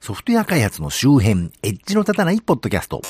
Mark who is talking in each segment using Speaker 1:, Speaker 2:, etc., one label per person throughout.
Speaker 1: ソフトウェア開発の周辺、エッジの立たないポッドキャスト。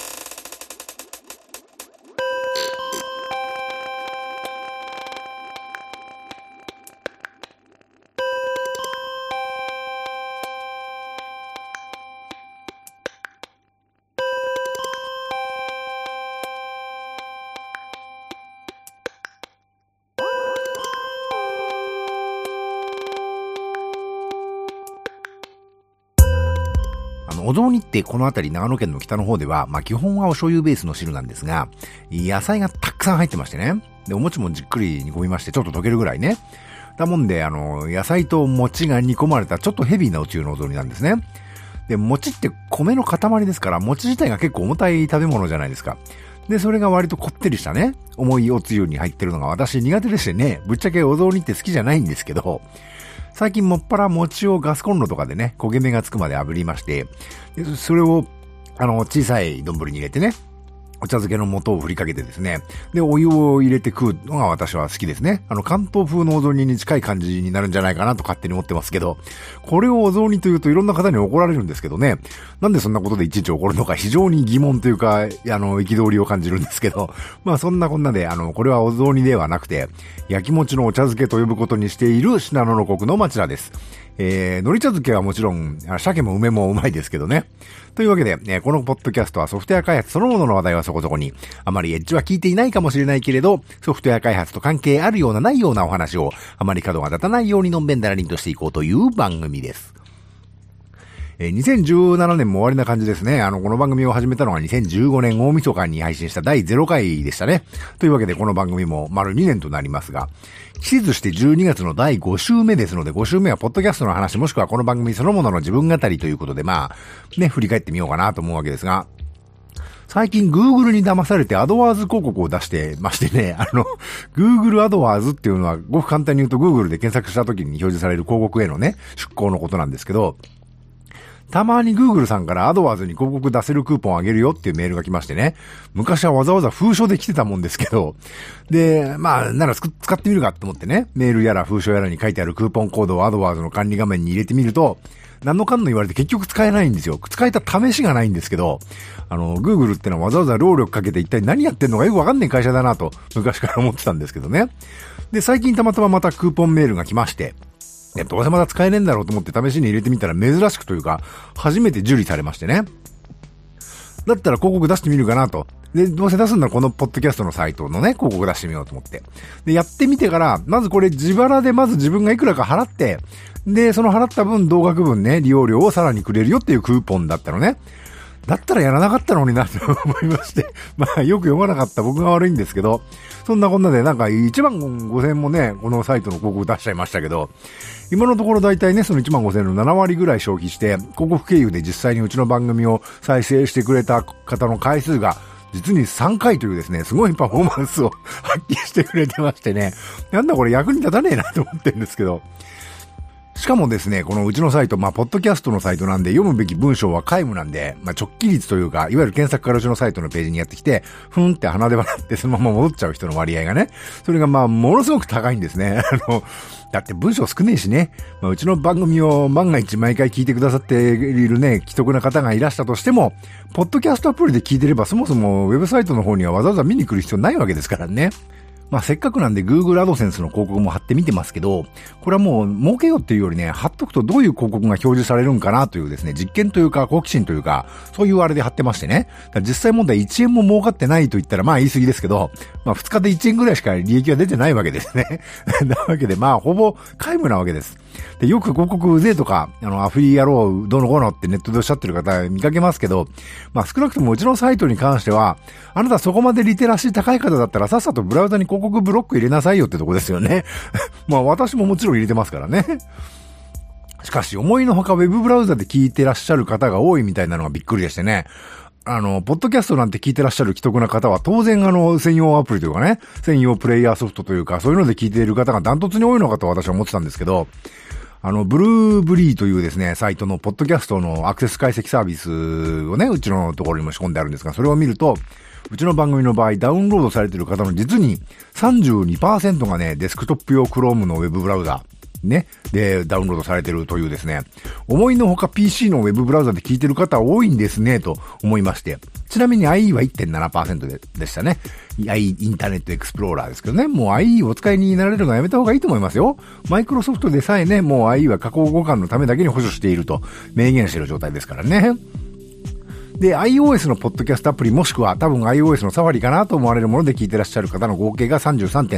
Speaker 1: お雑煮ってこの辺り長野県の北の方では、基本はお醤油ベースの汁なんですが、野菜がたくさん入ってましてね。で、お餅もじっくり煮込みまして、ちょっと溶けるぐらいね。だもんで、野菜と餅が煮込まれたちょっとヘビーなおつゆのお雑煮なんですね。で、餅って米の塊ですから、餅自体が結構重たい食べ物じゃないですか。で、それが割とこってりしたね、重いおつゆに入ってるのが私苦手でしてね、ぶっちゃけお雑煮って好きじゃないんですけど、最近もっぱら餅をガスコンロとかでね、焦げ目がつくまで炙りまして、でそれを、小さい丼に入れてね、お茶漬けの素を振りかけてですね、で、お湯を入れて食うのが私は好きですね。関東風のお雑煮に近い感じになるんじゃないかなと勝手に思ってますけど、これをお雑煮というといろんな方に怒られるんですけどね、なんでそんなことでいちいち怒るのか非常に疑問というか、憤りを感じるんですけど、そんなこんなで、これはお雑煮ではなくて、焼き餅のお茶漬けと呼ぶことにしている信濃の国の町田です。海苔茶漬けはもちろん、鮭も梅もうまいですけどね。というわけで、このポッドキャストはソフトウェア開発そのものの話題はそこそこに、あまりエッジは聞いていないかもしれないけれど、ソフトウェア開発と関係あるようなないようなお話を、あまり角が立たないようにのんべんだらりんとしていこうという番組です。2017年も終わりな感じですね。この番組を始めたのが2015年大晦日に配信した第0回でしたね。というわけでこの番組も丸2年となりますが、季節して12月の第5週目ですので、5週目はポッドキャストの話もしくはこの番組そのものの自分語りということで、振り返ってみようかなと思うわけですが、最近 Google に騙されて AdWords 広告を出してましてね、Google AdWords っていうのはごく簡単に言うと Google で検索した時に表示される広告へのね、出稿のことなんですけど、たまに Google さんから AdWords に広告出せるクーポンあげるよっていうメールが来ましてね。昔はわざわざ封書で来てたもんですけど。で、なら使ってみるかと思ってね。メールやら封書やらに書いてあるクーポンコードを AdWords の管理画面に入れてみると、何のかんの言われて結局使えないんですよ。使えた試しがないんですけど、Google ってのはわざわざ労力かけて一体何やってんのかよくわかんない会社だなと昔から思ってたんですけどね。で、最近たまたままたクーポンメールが来まして、どうせまだ使えねえんだろうと思って試しに入れてみたら珍しくというか、初めて受理されましてね。だったら広告出してみるかなと。で、どうせ出すんならこのポッドキャストのサイトのね、広告出してみようと思って。で、やってみてから、まずこれ自腹でまず自分がいくらか払って、で、その払った分、同額分ね、利用料をさらにくれるよっていうクーポンだったのね。だったらやらなかったのになと思いまして。よく読まなかった僕が悪いんですけど、そんなこんなで1万5千もね、このサイトの広告出しちゃいましたけど、今のところ大体ね、その1万5千の7割ぐらい消費して、広告経由で実際にうちの番組を再生してくれた方の回数が、実に3回というですね、すごいパフォーマンスを発揮してくれてましてね、なんだこれ役に立たねえなと思ってるんですけど、しかもですね、このうちのサイト、ポッドキャストのサイトなんで読むべき文章は皆無なんで、直帰率というか、いわゆる検索からうちのサイトのページにやってきて、ふんって鼻で笑ってそのまま戻っちゃう人の割合がね、それがものすごく高いんですね。だって文章少ねえしね、うちの番組を万が一毎回聞いてくださっているね、既得な方がいらしたとしても、ポッドキャストアプリで聞いてればそもそもウェブサイトの方にはわざわざ見に来る必要ないわけですからね。せっかくなんで Google AdSense の広告も貼ってみてますけど、これはもう儲けようっていうよりね、貼っとくとどういう広告が表示されるんかなというですね、実験というか好奇心というか、そういうあれで貼ってましてね。実際問題1円も儲かってないと言ったら言い過ぎですけど、2日で1円ぐらいしか利益が出てないわけですね。なわけでほぼ皆無なわけです。で、よく広告うぜえとか、アフリ野郎どうのこうのってネットでおっしゃってる方見かけますけど、少なくともうちのサイトに関しては、あなたそこまでリテラシー高い方だったらさっさとブラウザに広告ブロック入れなさいよってとこですよね。私ももちろん入れてますからね。しかし思いのほかウェブブラウザで聞いてらっしゃる方が多いみたいなのがびっくりでしてね。ポッドキャストなんて聞いてらっしゃる既得な方は当然専用アプリというかね、専用プレイヤーソフトというか、そういうので聞いている方がダントツに多いのかと私は思ってたんですけど、ブルーブリーというですね、サイトのポッドキャストのアクセス解析サービスをね、うちのところにも仕込んであるんですが、それを見ると、うちの番組の場合、ダウンロードされている方の実に 32% がね、デスクトップ用 Chrome のウェブブラウザね、で、ダウンロードされてるというですね、思いのほか PC のウェブブラウザで聞いてる方多いんですね、と思いまして。ちなみに IE は 1.7% でしたね。IE インターネットエクスプローラーですけどね、もう IE をお使いになられるのはやめた方がいいと思いますよ。マイクロソフトでさえね、もう IE は加工互換のためだけに保守していると明言している状態ですからね。で、iOS のポッドキャストアプリもしくは多分 iOS のサファリかなと思われるもので聞いてらっしゃる方の合計が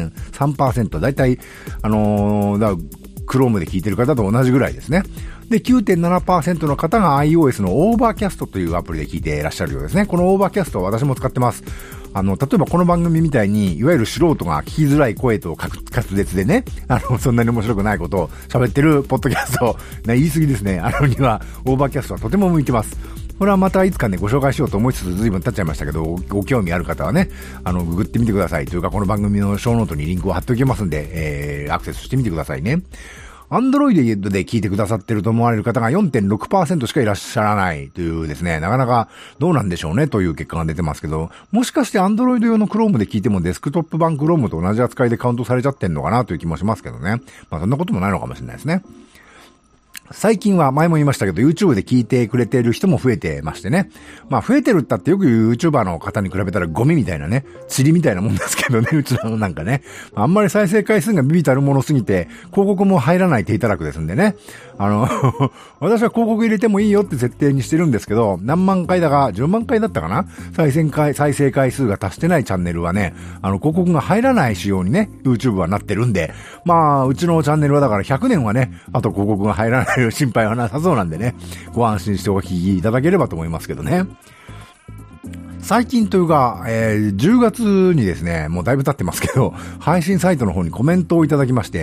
Speaker 1: 33.3%。だいたい、Chrome で聞いてる方と同じぐらいですね。で、9.7% の方が iOS のオーバーキャストというアプリで聞いていらっしゃるようですね。このオーバーキャストは私も使ってます。例えばこの番組みたいに、いわゆる素人が聞きづらい声と滑舌でね、そんなに面白くないことを喋ってるポッドキャスト、言い過ぎですね。には、オーバーキャストはとても向いてます。これはまたいつかね、ご紹介しようと思いつつ随分経っちゃいましたけど、ご興味ある方はね、ググってみてください。というか、この番組のショーノートにリンクを貼っておきますんで、アクセスしてみてくださいね。Android で聞いてくださってると思われる方が 4.6% しかいらっしゃらないというですね、なかなかどうなんでしょうねという結果が出てますけど、もしかして Android 用の Chrome で聞いてもデスクトップ版 Chrome と同じ扱いでカウントされちゃってんのかなという気もしますけどね。まあそんなこともないのかもしれないですね。最近は前も言いましたけど YouTube で聞いてくれている人も増えてましてね。まあ増えてるったってよく言う YouTuber の方に比べたらゴミみたいなね、塵みたいなもんですけどね、うちのなんかね。あんまり再生回数がビビたるものすぎて、広告も入らない低たらくですんでね。私は広告入れてもいいよって設定にしてるんですけど、何万回だか、10万回だったかな再生回数が達してないチャンネルはね、広告が入らない仕様にね、YouTube はなってるんで、まあ、うちのチャンネルはだから100年はね、あと広告が入らない心配はなさそうなんでね、ご安心してお聞きいただければと思いますけどね。最近というか、10月にですね、もうだいぶ経ってますけど、配信サイトの方にコメントをいただきまして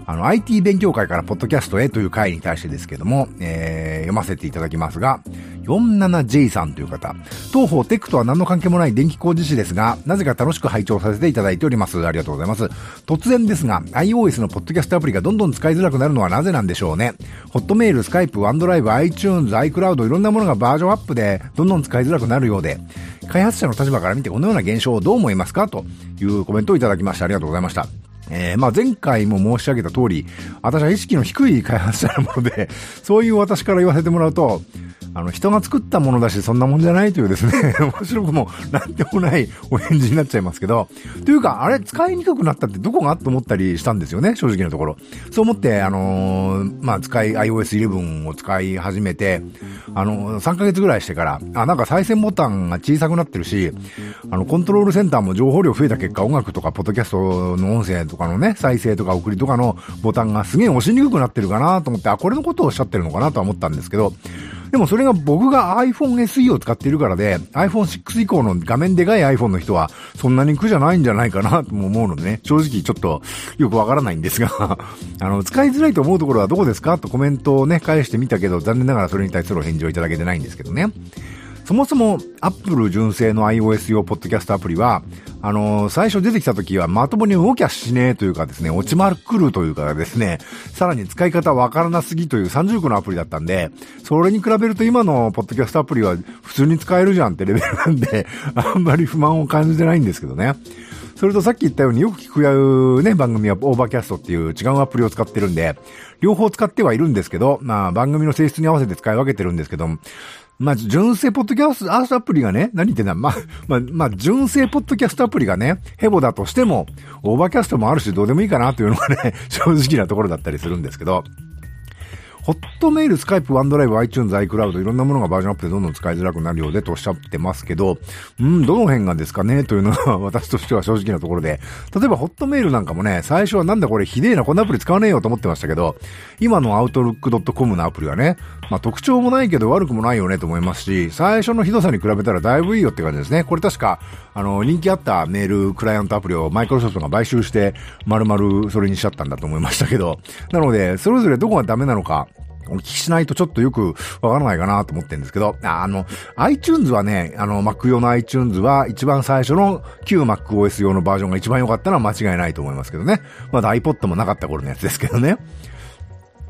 Speaker 1: 、IT 勉強会からポッドキャストへという回に対してですけども、読ませていただきますが、47J さんという方、当方テックとは何の関係もない電気工事士ですが、なぜか楽しく拝聴させていただいております。ありがとうございます。突然ですが、iOS のポッドキャストアプリがどんどん使いづらくなるのはなぜなんでしょうね。ホットメール、スカイプ、ワンドライブ、iTunes、iCloud いろんなものがバージョンアップでどんどん使いづらくなるようで、開発者の立場から見てこのような現象をどう思いますかというコメントをいただきました。ありがとうございました。まあ前回も申し上げた通り、私は意識の低い開発者なもので、そういう私から言わせてもらうと、人が作ったものだし、そんなもんじゃないというですね、面白くもなんでもないお返事になっちゃいますけど、というか、あれ、使いにくくなったってどこがと思ったりしたんですよね、正直なところ。そう思って、まあ、iOS 11を使い始めて、3ヶ月ぐらいしてから、なんか再生ボタンが小さくなってるし、コントロールセンターも情報量増えた結果、音楽とか、ポッドキャストの音声とかのね、再生とか送りとかのボタンがすげえ押しにくくなってるかなと思って、これのことをおっしゃってるのかなとは思ったんですけど、でもそれが僕が iPhone SE を使っているからで、iPhone 6以降の画面でかい iPhone の人はそんなに苦じゃないんじゃないかなとも思うのでね、正直ちょっとよくわからないんですが、使いづらいと思うところはどこですかとコメントをね、返してみたけど、残念ながらそれに対するお返事をいただけてないんですけどね。そもそも Apple 純正の iOS 用ポッドキャストアプリは、最初出てきた時はまともに動きゃしねえというかですね、落ちまくるというかですね、さらに使い方わからなすぎという30個のアプリだったんで、それに比べると今のポッドキャストアプリは普通に使えるじゃんってレベルなんで、あんまり不満を感じてないんですけどね。それとさっき言ったようによく聞くね、番組はオーバーキャストっていう違うアプリを使ってるんで、両方使ってはいるんですけど、まあ番組の性質に合わせて使い分けてるんですけど、まあ、純正ポッドキャストアプリがね、何言ってんだ、まあ、純正ポッドキャストアプリがね、ヘボだとしても、オーバーキャストもあるしどうでもいいかなというのがね、正直なところだったりするんですけど、ホットメール、スカイプ、ワンドライブ、iTunes、iCloud いろんなものがバージョンアップでどんどん使いづらくなるようでとおっしゃってますけど、どの辺がですかねというのが私としては正直なところで、例えばホットメールなんかもね、最初はなんだこれひでえなこんなアプリ使わねえよと思ってましたけど、今の Outlook.com のアプリはね、まあ特徴もないけど悪くもないよねと思いますし、最初のひどさに比べたらだいぶいいよって感じですね。これ確か、人気あったメールクライアントアプリをマイクロソフトが買収して、丸々それにしちゃったんだと思いましたけど、なので、それぞれどこがダメなのか、お聞きしないとちょっとよくわからないかなと思ってるんですけど、iTunes はね、Mac 用の iTunes は一番最初の旧 MacOS 用のバージョンが一番良かったのは間違いないと思いますけどね。まだ iPod もなかった頃のやつですけどね。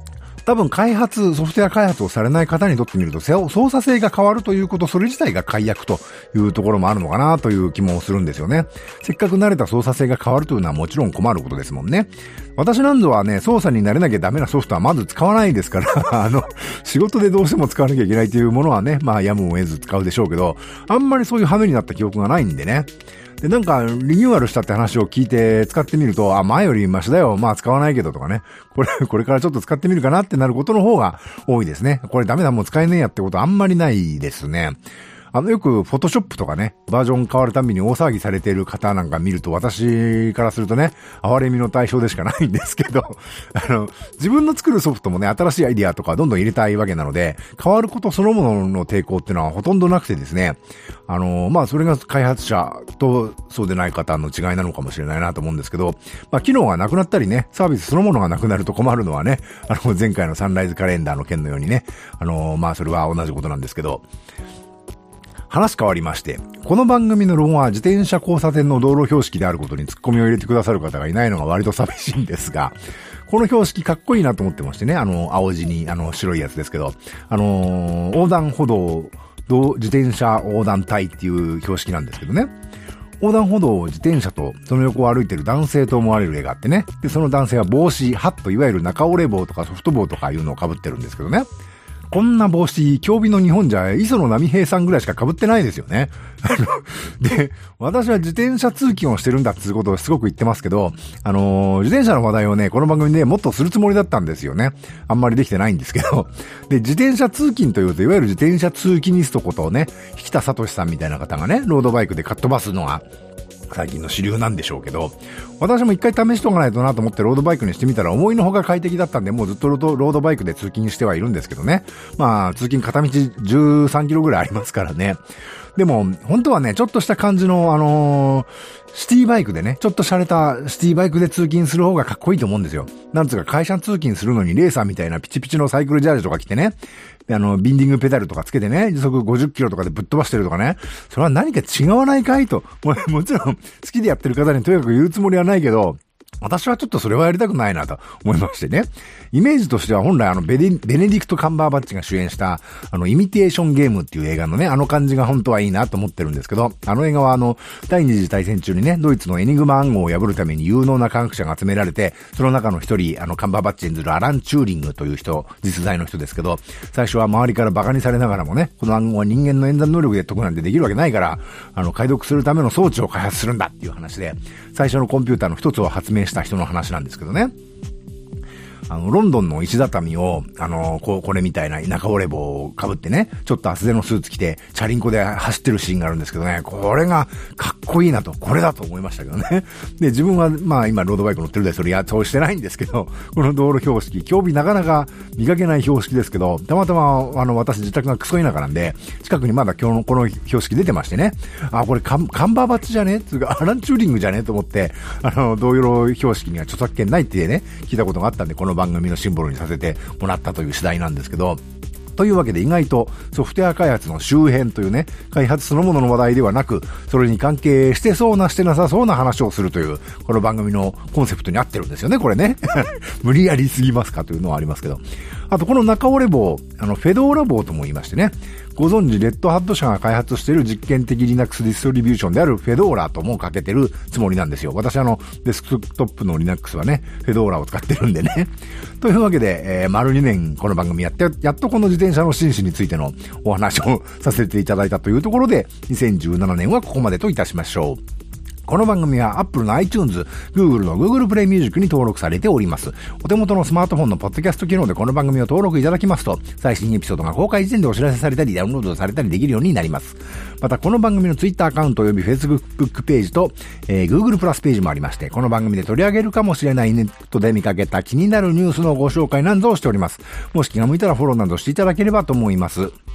Speaker 1: 多分ソフトウェア開発をされない方にとってみると、操作性が変わるということ、それ自体が解約というところもあるのかなという気もするんですよね。せっかく慣れた操作性が変わるというのはもちろん困ることですもんね。私なんぞはね、操作に慣れなきゃダメなソフトはまず使わないですから仕事でどうしても使わなきゃいけないというものはね、やむを得ず使うでしょうけど、あんまりそういう羽目になった記憶がないんでね。で、なんか、リニューアルしたって話を聞いて使ってみると、前よりマシだよ。使わないけどとかね。これからちょっと使ってみるかなってなることの方が多いですね。これダメだ、もう使えねえやってことあんまりないですね。よくフォトショップとかね、バージョン変わるたびに大騒ぎされている方なんか見ると、私からするとね、哀れみの対象でしかないんですけど、自分の作るソフトもね、新しいアイディアとかどんどん入れたいわけなので、変わることそのものの抵抗っていうのはほとんどなくてですね、それが開発者とそうでない方の違いなのかもしれないなと思うんですけど、機能がなくなったりね、サービスそのものがなくなると困るのはね、前回のサンライズカレンダーの件のようにね、それは同じことなんですけど、話変わりまして、この番組のロゴは自転車交差点の道路標識であることにツッコミを入れてくださる方がいないのが割と寂しいんですが、この標識かっこいいなと思ってましてね、青地に白いやつですけど、横断歩道、自転車横断帯っていう標識なんですけどね。横断歩道を自転車とその横を歩いている男性と思われる絵があってね。で、その男性は帽子、ハット、いわゆる中折れ帽とかソフト帽とかいうのを被ってるんですけどね。こんな帽子、競技の日本じゃ、磯野波平さんぐらいしか被ってないですよね。で、私は自転車通勤をしてるんだっていうことをすごく言ってますけど、自転車の話題をね、この番組でもっとするつもりだったんですよね。あんまりできてないんですけど。で、自転車通勤というと、いわゆる自転車通勤ニストことをね、引田聡さんみたいな方がね、ロードバイクでかっ飛ばすのが、最近の主流なんでしょうけど、私も一回試しとかないとなと思ってロードバイクにしてみたら思いのほか快適だったんで、もうずっとロードバイクで通勤してはいるんですけどね。通勤片道13キロぐらいありますからね。でも、本当はね、ちょっとした感じの、シティバイクでね、ちょっと洒落たシティバイクで通勤する方がかっこいいと思うんですよ。なんつうか会社通勤するのにレーサーみたいなピチピチのサイクルジャージとか着てね、でビンディングペダルとかつけてね、時速50キロとかでぶっ飛ばしてるとかね、それは何か違わないかいと、もちろん好きでやってる方にとにかく言うつもりはないけど、私はちょっとそれはやりたくないなと思いましてね。イメージとしては本来ベネディクト・カンバーバッチが主演したイミテーションゲームっていう映画のね、感じが本当はいいなと思ってるんですけど、映画は第二次大戦中にね、ドイツのエニグマ暗号を破るために有能な科学者が集められて、その中の一人、カンバーバッチ演ずるアラン・チューリングという人、実在の人ですけど、最初は周りから馬鹿にされながらもね、この暗号は人間の演算能力で解くなんてできるわけないから、解読するための装置を開発するんだっていう話で、最初のコンピューターの一つを発明した人の話なんですけどね。ロンドンの石畳を、これみたいな中折れ棒を被ってね、ちょっと厚手のスーツ着て、チャリンコで走ってるシーンがあるんですけどね、これがかっこいいなと、これだと思いましたけどね。で、自分は、今、ロードバイク乗ってるで、それそうしてないんですけど、この道路標識、興味なかなか見かけない標識ですけど、たまたま、私自宅がクソ田舎なんで、近くにまだ今日のこの標識出てましてね、これカンバーバッチじゃねつうか、アランチューリングじゃねと思って、道路標識には著作権ないってね、聞いたことがあったんで、この番組のシンボルにさせてもらったという次第なんですけど、というわけで意外とソフトウェア開発の周辺というね、開発そのものの話題ではなく、それに関係してそうなしてなさそうな話をするという、この番組のコンセプトに合ってるんですよね、これね。無理やりすぎますかというのはありますけど。あとこの中折れ棒、フェドーラ棒とも言いましてね、ご存知レッドハット社が開発している実験的 Linux ディストリビューションであるフェドーラともかけてるつもりなんですよ。私デスクトップの Linux はね、フェドーラを使ってるんでね。というわけで、丸2年この番組やって、やっとこの自転車の紳士についてのお話をさせていただいたというところで、2017年はここまでといたしましょう。この番組は Apple の iTunes、Google の Google Play Music に登録されております。お手元のスマートフォンのポッドキャスト機能でこの番組を登録いただきますと、最新エピソードが公開時点でお知らせされたり、ダウンロードされたりできるようになります。また、この番組の Twitter アカウント及び Facebook ページと、Google プラスページもありまして、この番組で取り上げるかもしれないネットで見かけた気になるニュースのご紹介などをしております。もし気が向いたらフォローなどしていただければと思います。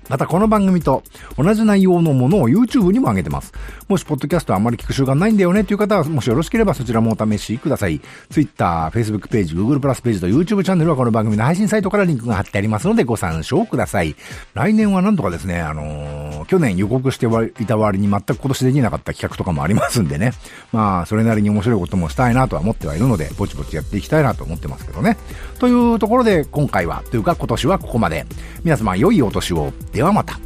Speaker 1: またこの番組と同じ内容のものを YouTube にも上げてます。もしポッドキャストあんまり聞く習慣ないんだよねという方は、もしよろしければそちらもお試しください。Twitter、Facebook ページ、Google プラスページと YouTube チャンネルはこの番組の配信サイトからリンクが貼ってありますのでご参照ください。来年はなんとかですね、去年予告していた割に全く今年できなかった企画とかもありますんでね。まあ、それなりに面白いこともしたいなとは思ってはいるので、ぼちぼちやっていきたいなと思ってますけどね。というところで今回は、というか今年はここまで。皆様良いお年を。ではまた。